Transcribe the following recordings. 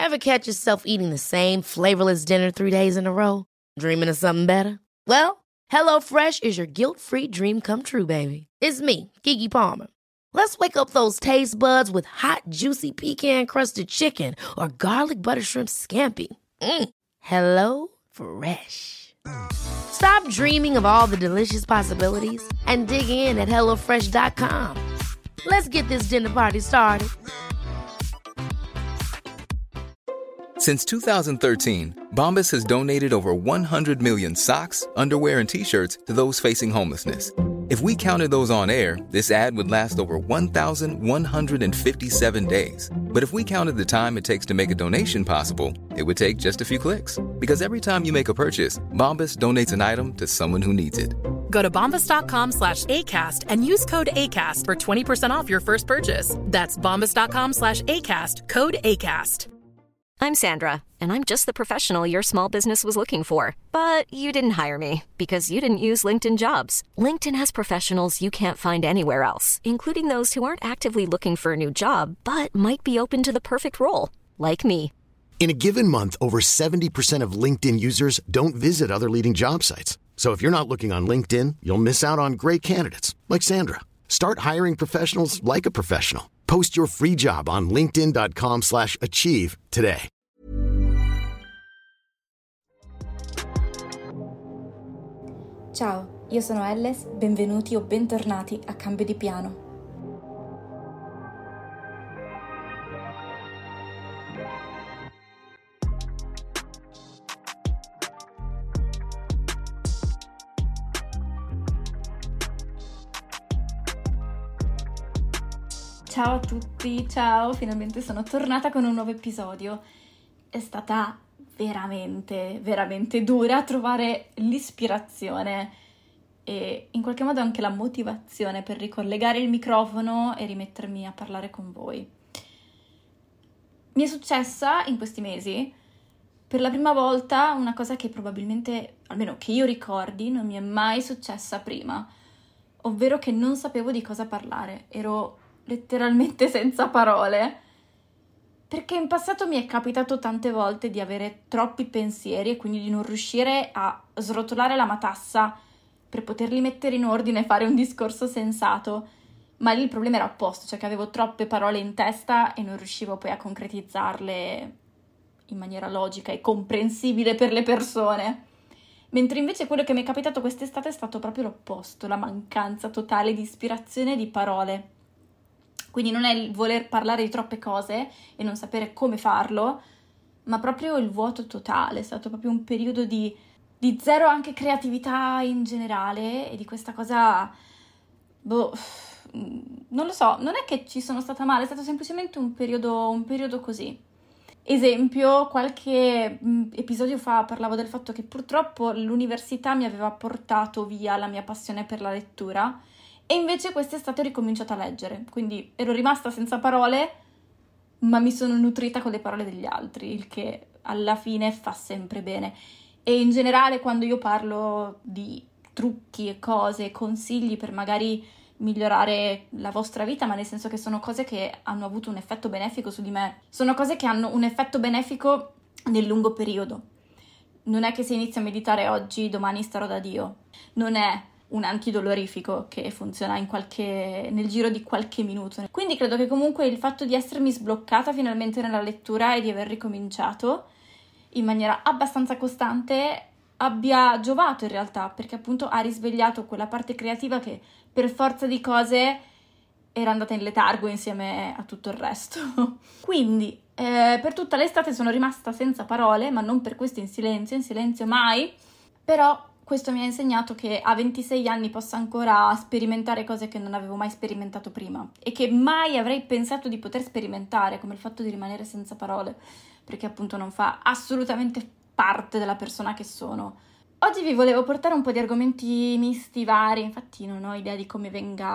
Ever catch yourself eating the same flavorless dinner 3 days in a row? Dreaming of something better? Well, HelloFresh is your guilt-free dream come true, baby. It's me, Keke Palmer. Let's wake up those taste buds with hot, juicy pecan-crusted chicken or garlic butter shrimp scampi. Hello Fresh. Stop dreaming of all the delicious possibilities and dig in at HelloFresh.com. Let's get this dinner party started. Since 2013, Bombas has donated over 100 million socks, underwear, and T-shirts to those facing homelessness. If we counted those on air, this ad would last over 1,157 days. But if we counted the time it takes to make a donation possible, it would take just a few clicks. Because every time you make a purchase, Bombas donates an item to someone who needs it. Go to bombas.com/ACAST and use code ACAST for 20% off your first purchase. That's bombas.com/ACAST, code ACAST. I'm Sandra, and I'm just the professional your small business was looking for. But you didn't hire me because you didn't use LinkedIn Jobs. LinkedIn has professionals you can't find anywhere else, including those who aren't actively looking for a new job, but might be open to the perfect role, like me. In a given month, over 70% of LinkedIn users don't visit other leading job sites. So if you're not looking on LinkedIn, you'll miss out on great candidates, like Sandra. Start hiring professionals like a professional. Post your free job on linkedin.com/achieve today. Ciao, io sono Elles, benvenuti o bentornati a Cambio di Piano. Ciao a tutti, ciao, finalmente sono tornata con un nuovo episodio. È stata veramente dura trovare l'ispirazione e in qualche modo anche la motivazione per ricollegare il microfono e rimettermi a parlare con voi. Mi è successa in questi mesi per la prima volta una cosa che probabilmente, almeno che io ricordi, non mi è mai successa prima, ovvero che non sapevo di cosa parlare, ero letteralmente senza parole, perché in passato mi è capitato tante volte di avere troppi pensieri e quindi di non riuscire a srotolare la matassa per poterli mettere in ordine e fare un discorso sensato, ma lì il problema era opposto, cioè che avevo troppe parole in testa e non riuscivo poi a concretizzarle in maniera logica e comprensibile per le persone. Mentre invece quello che mi è capitato quest'estate è stato proprio l'opposto, la mancanza totale di ispirazione e di parole. Quindi non è il voler parlare di troppe cose e non sapere come farlo, ma proprio il vuoto totale. È stato proprio un periodo di zero anche creatività in generale e di questa cosa, non lo so, non è che ci sono stata male, è stato semplicemente un periodo così. Esempio, qualche episodio fa parlavo del fatto che purtroppo l'università mi aveva portato via la mia passione per la lettura. E invece quest'estate ho ricominciato a leggere, quindi ero rimasta senza parole, ma mi sono nutrita con le parole degli altri, il che alla fine fa sempre bene. E in generale quando io parlo di trucchi e cose, consigli per magari migliorare la vostra vita, ma nel senso che sono cose che hanno avuto un effetto benefico su di me, sono cose che hanno un effetto benefico nel lungo periodo. Non è che se inizio a meditare oggi, domani starò da Dio, non è un antidolorifico che funziona nel giro di qualche minuto. Quindi credo che comunque il fatto di essermi sbloccata finalmente nella lettura e di aver ricominciato in maniera abbastanza costante abbia giovato in realtà, perché appunto ha risvegliato quella parte creativa che per forza di cose era andata in letargo insieme a tutto il resto. Quindi per tutta l'estate sono rimasta senza parole, ma non per questo in silenzio mai, però questo mi ha insegnato che a 26 anni posso ancora sperimentare cose che non avevo mai sperimentato prima e che mai avrei pensato di poter sperimentare, come il fatto di rimanere senza parole, perché appunto non fa assolutamente parte della persona che sono. Oggi vi volevo portare un po' di argomenti misti, vari, infatti non ho idea di come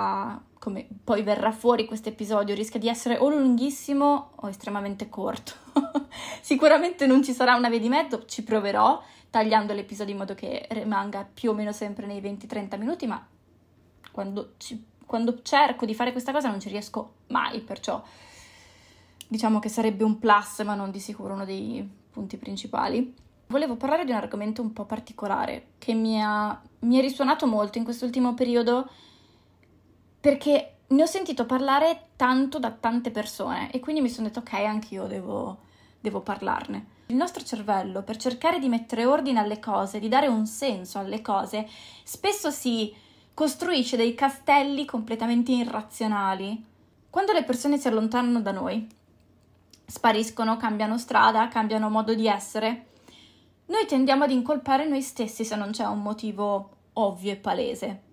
poi verrà fuori questo episodio, rischia di essere o lunghissimo o estremamente corto. Sicuramente non ci sarà una via di mezzo, ci proverò, tagliando l'episodio in modo che rimanga più o meno sempre nei 20-30 minuti, ma quando cerco di fare questa cosa non ci riesco mai, perciò diciamo che sarebbe un plus, ma non di sicuro uno dei punti principali. Volevo parlare di un argomento un po' particolare che mi è risuonato molto in quest'ultimo periodo, perché ne ho sentito parlare tanto da tante persone e quindi mi sono detto ok, anch'io devo parlarne. Il nostro cervello, per cercare di mettere ordine alle cose, di dare un senso alle cose, spesso si costruisce dei castelli completamente irrazionali. Quando le persone si allontanano da noi, spariscono, cambiano strada, cambiano modo di essere, noi tendiamo ad incolpare noi stessi se non c'è un motivo ovvio e palese.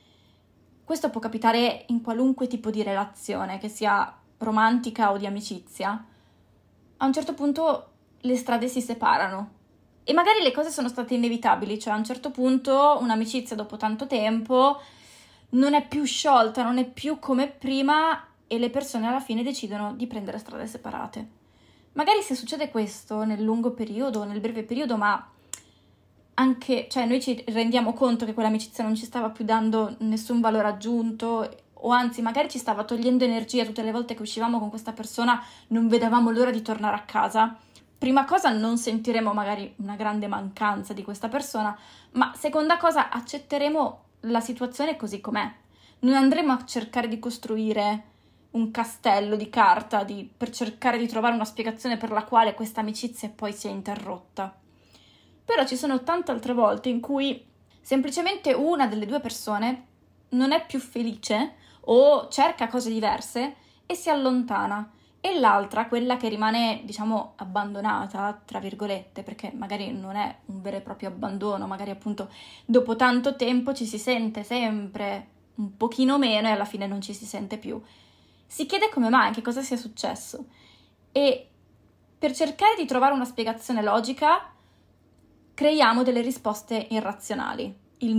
Questo può capitare in qualunque tipo di relazione, che sia romantica o di amicizia. A un certo punto le strade si separano e magari le cose sono state inevitabili, cioè a un certo punto un'amicizia dopo tanto tempo non è più sciolta, non è più come prima e le persone alla fine decidono di prendere strade separate. Magari se succede questo nel lungo periodo, nel breve periodo, ma anche, cioè noi ci rendiamo conto che quell'amicizia non ci stava più dando nessun valore aggiunto, o anzi magari ci stava togliendo energia tutte le volte che uscivamo con questa persona, non vedevamo l'ora di tornare a casa. Prima cosa, non sentiremo magari una grande mancanza di questa persona, ma seconda cosa, accetteremo la situazione così com'è. Non andremo a cercare di costruire un castello di carta per cercare di trovare una spiegazione per la quale questa amicizia poi si è interrotta. Però ci sono tante altre volte in cui semplicemente una delle due persone non è più felice o cerca cose diverse e si allontana, e l'altra, quella che rimane, diciamo, abbandonata, tra virgolette, perché magari non è un vero e proprio abbandono, magari appunto dopo tanto tempo ci si sente sempre un pochino meno e alla fine non ci si sente più. Si chiede come mai, che cosa sia successo, e per cercare di trovare una spiegazione logica creiamo delle risposte irrazionali, il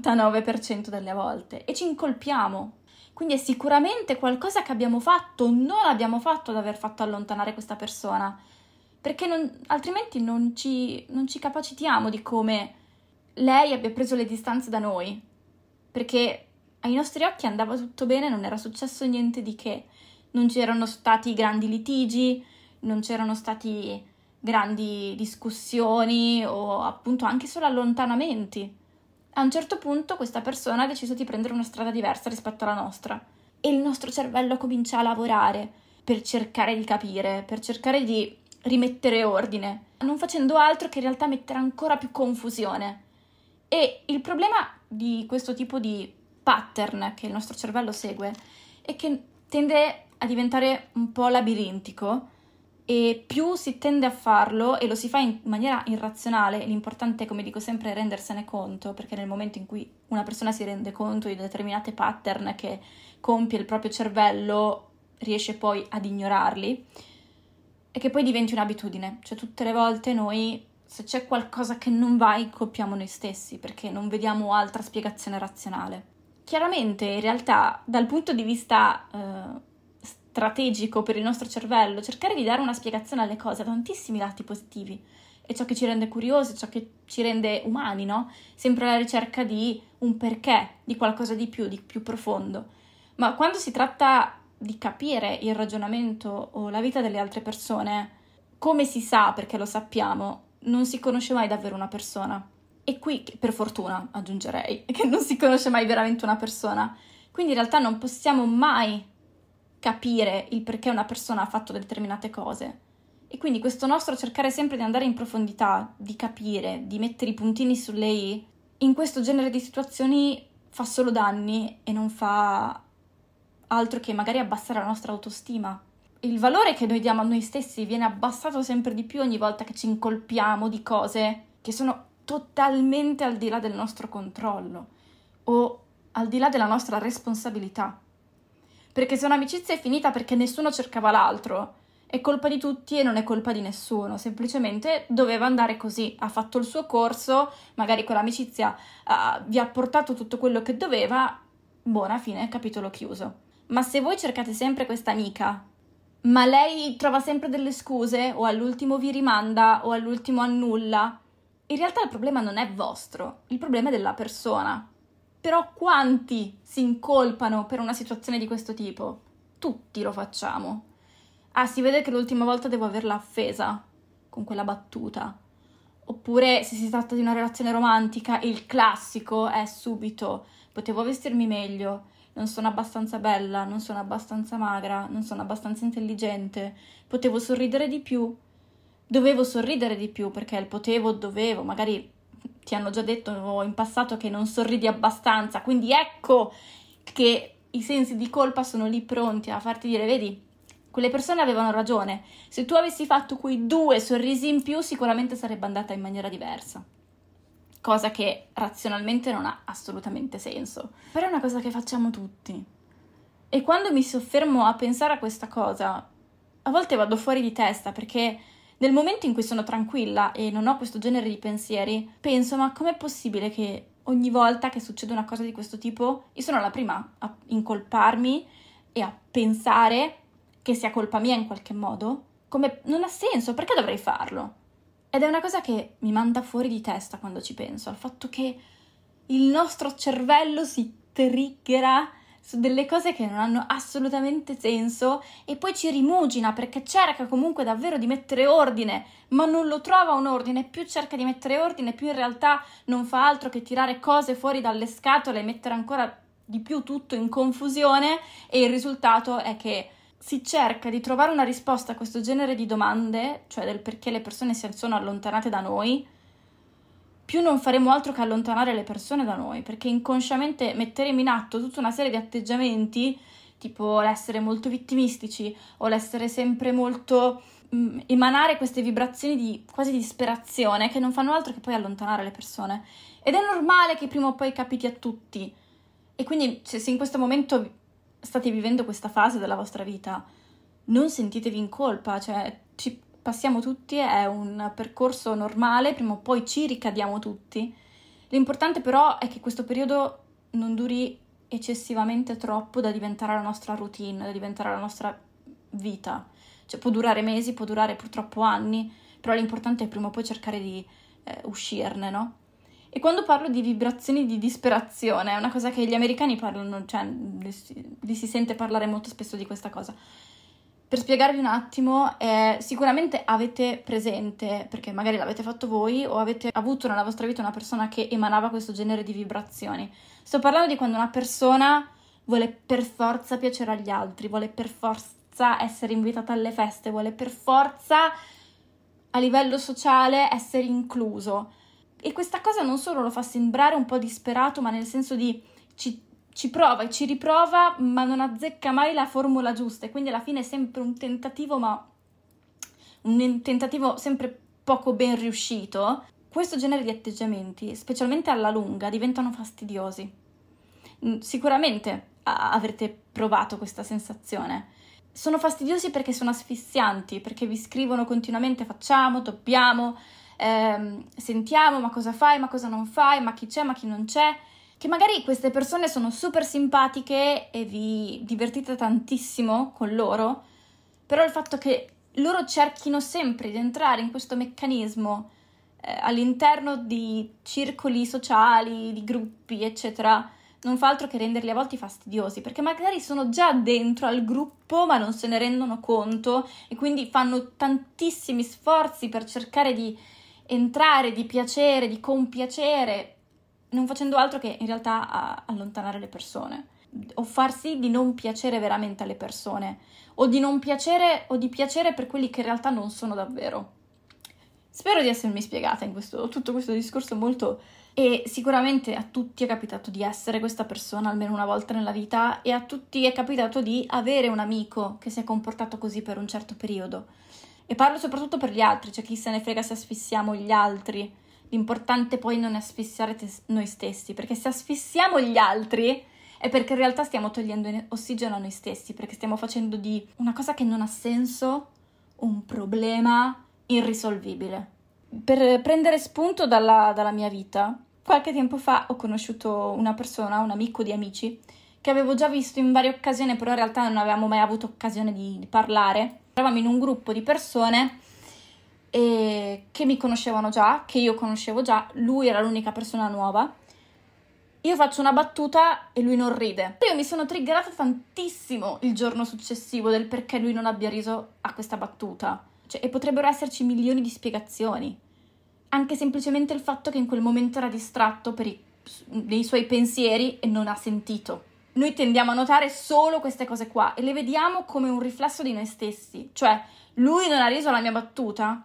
99% delle volte, e ci incolpiamo. Quindi è sicuramente qualcosa che abbiamo fatto o non abbiamo fatto ad aver fatto allontanare questa persona, perché altrimenti non ci capacitiamo di come lei abbia preso le distanze da noi, perché ai nostri occhi andava tutto bene, non era successo niente di che, non c'erano stati grandi litigi, non c'erano stati grandi discussioni o appunto anche solo allontanamenti. A un certo punto questa persona ha deciso di prendere una strada diversa rispetto alla nostra e il nostro cervello comincia a lavorare per cercare di capire, per cercare di rimettere ordine, non facendo altro che in realtà mettere ancora più confusione. E il problema di questo tipo di pattern che il nostro cervello segue è che tende a diventare un po' labirintico, e più si tende a farlo e lo si fa in maniera irrazionale. L'importante, come dico sempre, è rendersene conto, perché nel momento in cui una persona si rende conto di determinate pattern che compie il proprio cervello, riesce poi ad ignorarli e che poi diventi un'abitudine. Cioè tutte le volte noi, se c'è qualcosa che non va, incolpiamo noi stessi perché non vediamo altra spiegazione razionale. Chiaramente, in realtà, dal punto di vista strategico per il nostro cervello, cercare di dare una spiegazione alle cose ha tantissimi lati positivi. È ciò che ci rende curiosi, ciò che ci rende umani, no? Sempre alla ricerca di un perché, di qualcosa di più profondo. Ma quando si tratta di capire il ragionamento o la vita delle altre persone, come si sa, perché lo sappiamo, non si conosce mai davvero una persona. E qui, per fortuna, aggiungerei, che non si conosce mai veramente una persona. Quindi in realtà non possiamo mai capire il perché una persona ha fatto determinate cose. E quindi questo nostro cercare sempre di andare in profondità, di capire, di mettere i puntini sulle i, in questo genere di situazioni fa solo danni e non fa altro che magari abbassare la nostra autostima. Il valore che noi diamo a noi stessi viene abbassato sempre di più ogni volta che ci incolpiamo di cose che sono totalmente al di là del nostro controllo o al di là della nostra responsabilità. Perché se un'amicizia è finita perché nessuno cercava l'altro, è colpa di tutti e non è colpa di nessuno, semplicemente doveva andare così, ha fatto il suo corso, magari quell'amicizia vi ha portato tutto quello che doveva, buona fine, capitolo chiuso. Ma se voi cercate sempre questa amica, ma lei trova sempre delle scuse, o all'ultimo vi rimanda, o all'ultimo annulla, in realtà il problema non è vostro, il problema è della persona. Però quanti si incolpano per una situazione di questo tipo? Tutti lo facciamo. ah, si vede che l'ultima volta devo averla offesa con quella battuta. Oppure se si tratta di una relazione romantica, il classico è subito: potevo vestirmi meglio, non sono abbastanza bella, non sono abbastanza magra, non sono abbastanza intelligente, potevo sorridere di più, dovevo sorridere di più, perché il potevo, dovevo, magari ti hanno già detto in passato che non sorridi abbastanza, quindi ecco che i sensi di colpa sono lì pronti a farti dire: vedi, quelle persone avevano ragione, se tu avessi fatto quei 2 sorrisi in più sicuramente sarebbe andata in maniera diversa. Cosa che razionalmente non ha assolutamente senso. Però è una cosa che facciamo tutti. E quando mi soffermo a pensare a questa cosa, a volte vado fuori di testa, perché nel momento in cui sono tranquilla e non ho questo genere di pensieri, penso: ma com'è possibile che ogni volta che succede una cosa di questo tipo, io sono la prima a incolparmi e a pensare che sia colpa mia in qualche modo? Come non ha senso, perché dovrei farlo? Ed è una cosa che mi manda fuori di testa quando ci penso, al fatto che il nostro cervello si triggera su delle cose che non hanno assolutamente senso e poi ci rimugina perché cerca comunque davvero di mettere ordine, ma non lo trova un ordine. Più cerca di mettere ordine, più in realtà non fa altro che tirare cose fuori dalle scatole e mettere ancora di più tutto in confusione, e il risultato è che si cerca di trovare una risposta a questo genere di domande, cioè del perché le persone si sono allontanate da noi, più non faremo altro che allontanare le persone da noi, perché inconsciamente metteremo in atto tutta una serie di atteggiamenti, tipo l'essere molto vittimistici o l'essere sempre molto emanare queste vibrazioni di quasi disperazione che non fanno altro che poi allontanare le persone. Ed è normale che prima o poi capiti a tutti. E quindi se in questo momento state vivendo questa fase della vostra vita, non sentitevi in colpa, cioè ci passiamo tutti, è un percorso normale, prima o poi ci ricadiamo tutti. L'importante però è che questo periodo non duri eccessivamente troppo da diventare la nostra routine, da diventare la nostra vita. Cioè può durare mesi, può durare purtroppo anni, però l'importante è prima o poi cercare di uscirne, no? E quando parlo di vibrazioni di disperazione, è una cosa che gli americani parlano, cioè li si sente parlare molto spesso di questa cosa. Per spiegarvi un attimo, sicuramente avete presente, perché magari l'avete fatto voi o avete avuto nella vostra vita una persona che emanava questo genere di vibrazioni. Sto parlando di quando una persona vuole per forza piacere agli altri, vuole per forza essere invitata alle feste, vuole per forza a livello sociale essere incluso. E questa cosa non solo lo fa sembrare un po' disperato, ma nel senso di ci prova e ci riprova, ma non azzecca mai la formula giusta, e quindi alla fine è sempre un tentativo, ma un tentativo sempre poco ben riuscito. Questo genere di atteggiamenti, specialmente alla lunga, diventano fastidiosi. Sicuramente avrete provato questa sensazione. Sono fastidiosi perché sono asfissianti, perché vi scrivono continuamente: facciamo, dobbiamo, sentiamo, ma cosa fai, ma cosa non fai, ma chi c'è, ma chi non c'è. Che magari queste persone sono super simpatiche e vi divertite tantissimo con loro, però il fatto che loro cerchino sempre di entrare in questo meccanismo all'interno di circoli sociali, di gruppi, eccetera, non fa altro che renderli a volte fastidiosi, perché magari sono già dentro al gruppo ma non se ne rendono conto e quindi fanno tantissimi sforzi per cercare di entrare, di piacere, di compiacere, non facendo altro che in realtà allontanare le persone, o far sì di non piacere veramente alle persone, o di non piacere o di piacere per quelli che in realtà non sono davvero. Spero di essermi spiegata in tutto questo discorso molto. E sicuramente a tutti è capitato di essere questa persona almeno una volta nella vita, e a tutti è capitato di avere un amico che si è comportato così per un certo periodo. E parlo soprattutto per gli altri, cioè chi se ne frega se asfissiamo gli altri. L'importante poi non è asfissiare noi stessi, perché se asfissiamo gli altri è perché in realtà stiamo togliendo ossigeno a noi stessi, perché stiamo facendo di una cosa che non ha senso un problema irrisolvibile. Per prendere spunto dalla mia vita, qualche tempo fa ho conosciuto una persona, un amico di amici, che avevo già visto in varie occasioni, però in realtà non avevamo mai avuto occasione di parlare. Eravamo in un gruppo di persone che mi conoscevano già, che io conoscevo già, lui era l'unica persona nuova, io faccio una battuta e lui non ride. Io mi sono triggerata tantissimo il giorno successivo del perché lui non abbia riso a questa battuta. Cioè, e potrebbero esserci milioni di spiegazioni. Anche semplicemente il fatto che in quel momento era distratto nei suoi pensieri e non ha sentito. Noi tendiamo a notare solo queste cose qua e le vediamo come un riflesso di noi stessi. Cioè, lui non ha riso alla mia battuta?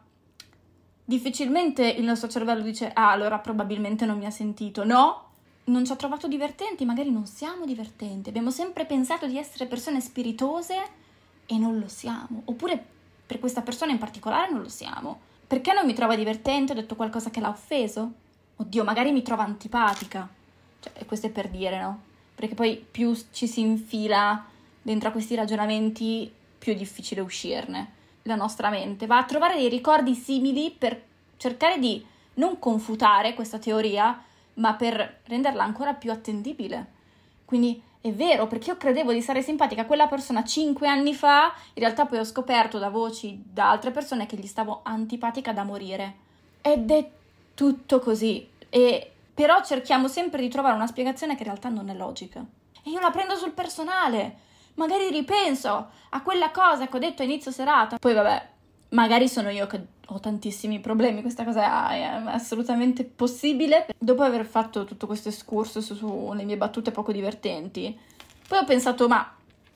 Difficilmente il nostro cervello dice allora probabilmente non mi ha sentito. No, non ci ha trovato divertenti, magari non siamo divertenti. Abbiamo sempre pensato di essere persone spiritose e non lo siamo. Oppure per questa persona in particolare non lo siamo. Perché non mi trova divertente? Ho detto qualcosa che l'ha offeso? Oddio, magari mi trova antipatica. Cioè, questo è per dire, no? Perché poi più ci si infila dentro a questi ragionamenti, più è difficile uscirne. La nostra mente va a trovare dei ricordi simili per cercare di non confutare questa teoria, ma per renderla ancora più attendibile. Quindi è vero, perché io credevo di stare simpatica a quella persona 5 anni fa, in realtà poi ho scoperto da voci da altre persone che gli stavo antipatica da morire. Ed è tutto così. Però cerchiamo sempre di trovare una spiegazione che in realtà non è logica. E io la prendo sul personale. Magari ripenso a quella cosa che ho detto a inizio serata. Poi vabbè, magari sono io che ho tantissimi problemi, questa cosa è assolutamente possibile. Dopo aver fatto tutto questo excursus sulle mie battute poco divertenti, poi ho pensato, ma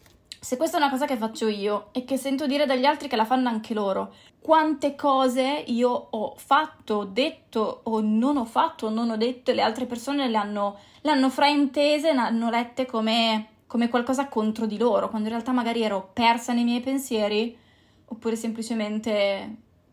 se questa è una cosa che faccio io e che sento dire dagli altri che la fanno anche loro, quante cose io ho fatto, detto o non ho fatto o non ho detto e le altre persone le hanno fraintese, le hanno lette come qualcosa contro di loro, quando in realtà magari ero persa nei miei pensieri, oppure semplicemente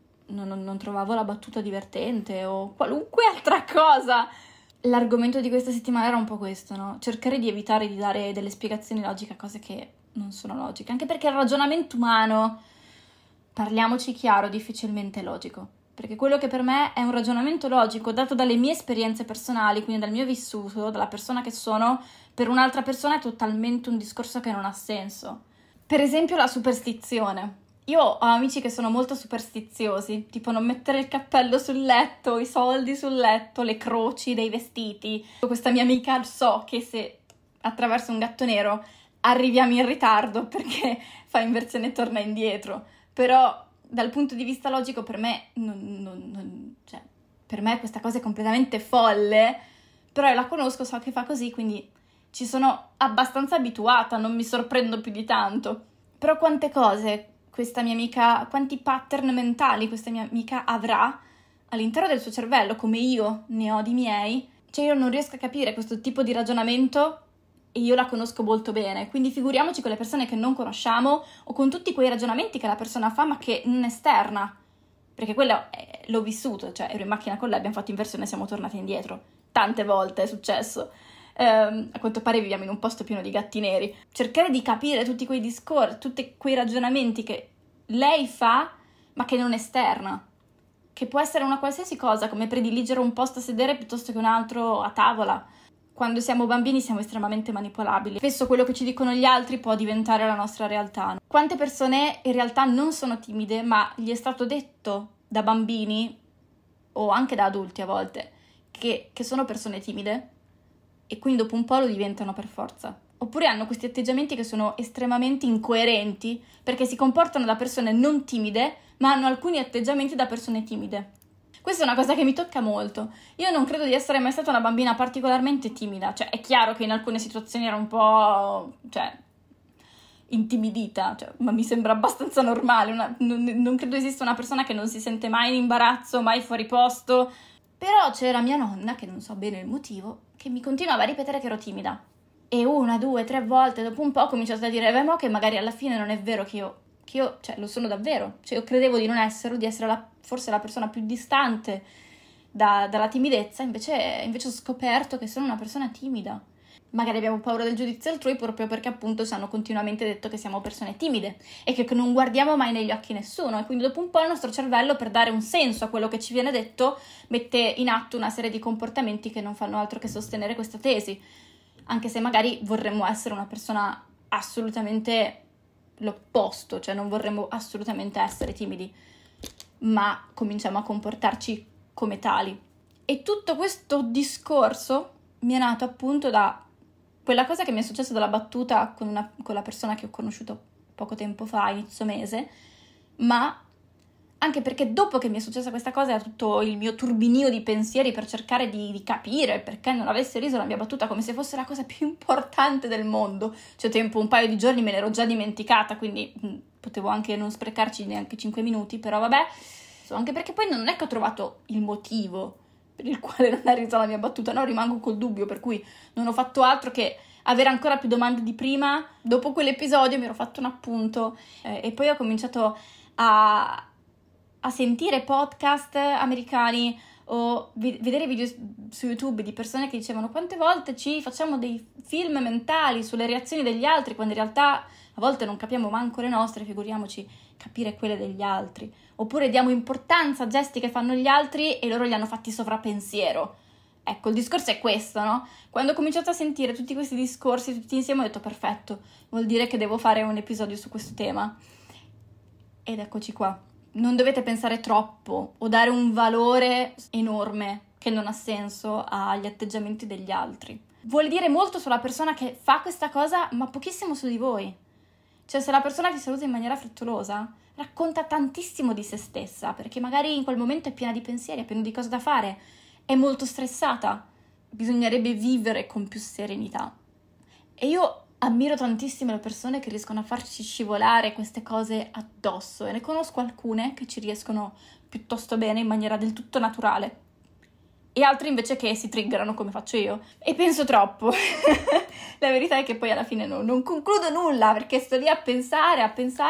non trovavo la battuta divertente o qualunque altra cosa. L'argomento di questa settimana era un po' questo, no? Cercare di evitare di dare delle spiegazioni logiche a cose che non sono logiche, anche perché il ragionamento umano, parliamoci chiaro, difficilmente è logico. Perché quello che per me è un ragionamento logico, dato dalle mie esperienze personali, quindi dal mio vissuto, dalla persona che sono, per un'altra persona è totalmente un discorso che non ha senso. Per esempio la superstizione. Io ho amici che sono molto superstiziosi, tipo non mettere il cappello sul letto, i soldi sul letto, le croci dei vestiti. Questa mia amica so che se attraverso un gatto nero arriviamo in ritardo perché fa inversione e torna indietro. Però dal punto di vista logico per me cioè, per me questa cosa è completamente folle, però io la conosco, so che fa così, quindi ci sono abbastanza abituata, non mi sorprendo più di tanto. Però quante cose questa mia amica, quanti pattern mentali questa mia amica avrà all'interno del suo cervello, come io ne ho di miei, cioè io non riesco a capire questo tipo di ragionamento e io la conosco molto bene, quindi figuriamoci con le persone che non conosciamo o con tutti quei ragionamenti che la persona fa ma che non esterna, perché quello l'ho vissuto, cioè ero in macchina con lei, abbiamo fatto inversione e siamo tornate indietro, tante volte è successo. A quanto pare viviamo in un posto pieno di gatti neri. Cercare di capire tutti quei discorsi, tutti quei ragionamenti che lei fa ma che non esterna, che può essere una qualsiasi cosa, come prediligere un posto a sedere piuttosto che un altro a tavola. Quando siamo bambini siamo estremamente manipolabili. Spesso quello che ci dicono gli altri può diventare la nostra realtà. Quante persone in realtà non sono timide, ma gli è stato detto da bambini o anche da adulti a volte che sono persone timide e quindi dopo un po' lo diventano per forza. Oppure hanno questi atteggiamenti che sono estremamente incoerenti perché si comportano da persone non timide ma hanno alcuni atteggiamenti da persone timide. Questa è una cosa che mi tocca molto. Io non credo di essere mai stata una bambina particolarmente timida, cioè è chiaro che in alcune situazioni ero un po', intimidita, ma mi sembra abbastanza normale. Non credo esista una persona che non si sente mai in imbarazzo, mai fuori posto. Però c'era mia nonna, che non so bene il motivo, che mi continuava a ripetere che ero timida. E 1, 2, 3 volte, dopo un po' ho cominciato a dire, ma che magari alla fine non è vero che io lo sono davvero. Cioè io credevo di non esserlo, di essere forse la persona più distante dalla timidezza, invece ho scoperto che sono una persona timida. Magari abbiamo paura del giudizio altrui proprio perché appunto ci hanno continuamente detto che siamo persone timide e che non guardiamo mai negli occhi nessuno, e quindi dopo un po' il nostro cervello, per dare un senso a quello che ci viene detto, mette in atto una serie di comportamenti che non fanno altro che sostenere questa tesi, anche se magari vorremmo essere una persona assolutamente l'opposto, cioè non vorremmo assolutamente essere timidi, ma cominciamo a comportarci come tali. E tutto questo discorso mi è nato appunto da quella cosa che mi è successa dalla battuta con la persona che ho conosciuto poco tempo fa, inizio mese, ma anche perché dopo che mi è successa questa cosa era tutto il mio turbinio di pensieri per cercare di capire perché non avesse riso la mia battuta come se fosse la cosa più importante del mondo. Cioè un paio di giorni me l'ero già dimenticata, quindi potevo anche non sprecarci neanche 5 minuti, però vabbè, anche perché poi non è che ho trovato il motivo per il quale non ha riso la mia battuta, no, rimango col dubbio, per cui non ho fatto altro che avere ancora più domande di prima. Dopo quell'episodio mi ero fatto un appunto e poi ho cominciato a sentire podcast americani o vedere video su YouTube di persone che dicevano quante volte ci facciamo dei film mentali sulle reazioni degli altri, quando in realtà a volte non capiamo manco le nostre, figuriamoci capire quelle degli altri. Oppure diamo importanza a gesti che fanno gli altri e loro li hanno fatti sovrappensiero. Ecco, il discorso è questo, no? Quando ho cominciato a sentire tutti questi discorsi tutti insieme ho detto perfetto, vuol dire che devo fare un episodio su questo tema. Ed eccoci qua. Non dovete pensare troppo o dare un valore enorme che non ha senso agli atteggiamenti degli altri. Vuol dire molto sulla persona che fa questa cosa, ma pochissimo su di voi. Cioè, se la persona vi saluta in maniera frettolosa, racconta tantissimo di se stessa, perché magari in quel momento è piena di pensieri, è piena di cose da fare, è molto stressata. Bisognerebbe vivere con più serenità. E io ammiro tantissimo le persone che riescono a farci scivolare queste cose addosso, e ne conosco alcune che ci riescono piuttosto bene in maniera del tutto naturale, e altre invece che si triggerano come faccio io, e penso troppo. La verità è che poi alla fine non concludo nulla, perché sto lì a pensare,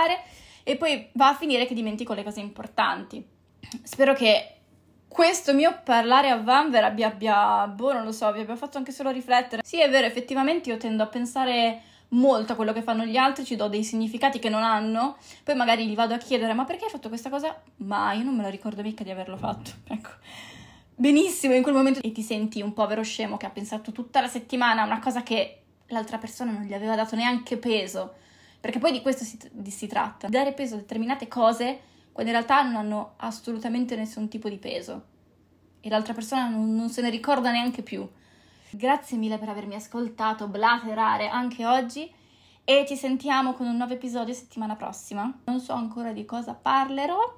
e poi va a finire che dimentico le cose importanti. Spero che questo mio parlare a van vi abbia fatto anche solo riflettere. Sì, è vero, effettivamente io tendo a pensare molto a quello che fanno gli altri, ci do dei significati che non hanno, poi magari gli vado a chiedere ma perché hai fatto questa cosa? Ma io non me lo ricordo mica di averlo fatto, ecco. Benissimo, in quel momento e ti senti un povero scemo che ha pensato tutta la settimana a una cosa che l'altra persona non gli aveva dato neanche peso, perché poi di questo si tratta, di dare peso a determinate cose quando in realtà non hanno assolutamente nessun tipo di peso e l'altra persona non se ne ricorda neanche più. Grazie mille per avermi ascoltato blaterare anche oggi e ci sentiamo con un nuovo episodio settimana prossima. Non so ancora di cosa parlerò,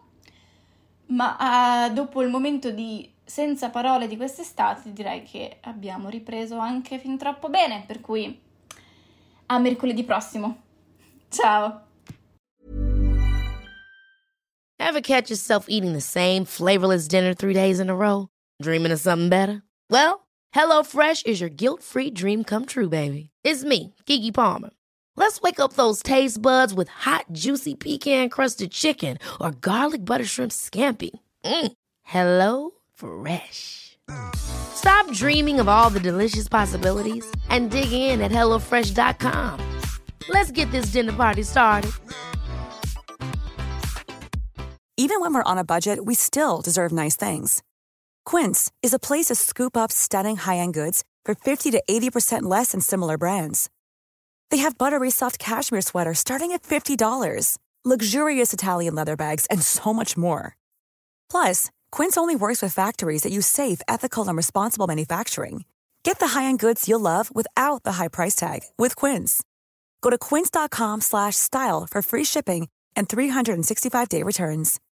ma dopo il momento di senza parole di quest'estate direi che abbiamo ripreso anche fin troppo bene, per cui a mercoledì prossimo. Ciao! Ever catch yourself eating the same flavorless dinner 3 days in a row? Dreaming of something better? Well, HelloFresh is your guilt-free dream come true, baby. It's me, Keke Palmer. Let's wake up those taste buds with hot, juicy pecan-crusted chicken or garlic butter shrimp scampi. Hello Fresh. Stop dreaming of all the delicious possibilities and dig in at HelloFresh.com. Let's get this dinner party started. Even when we're on a budget, we still deserve nice things. Quince is a place to scoop up stunning high-end goods for 50 to 80% less than similar brands. They have buttery soft cashmere sweaters starting at $50, luxurious Italian leather bags, and so much more. Plus, Quince only works with factories that use safe, ethical, and responsible manufacturing. Get the high-end goods you'll love without the high price tag with Quince. Go to quince.com/style for free shipping and 365-day returns.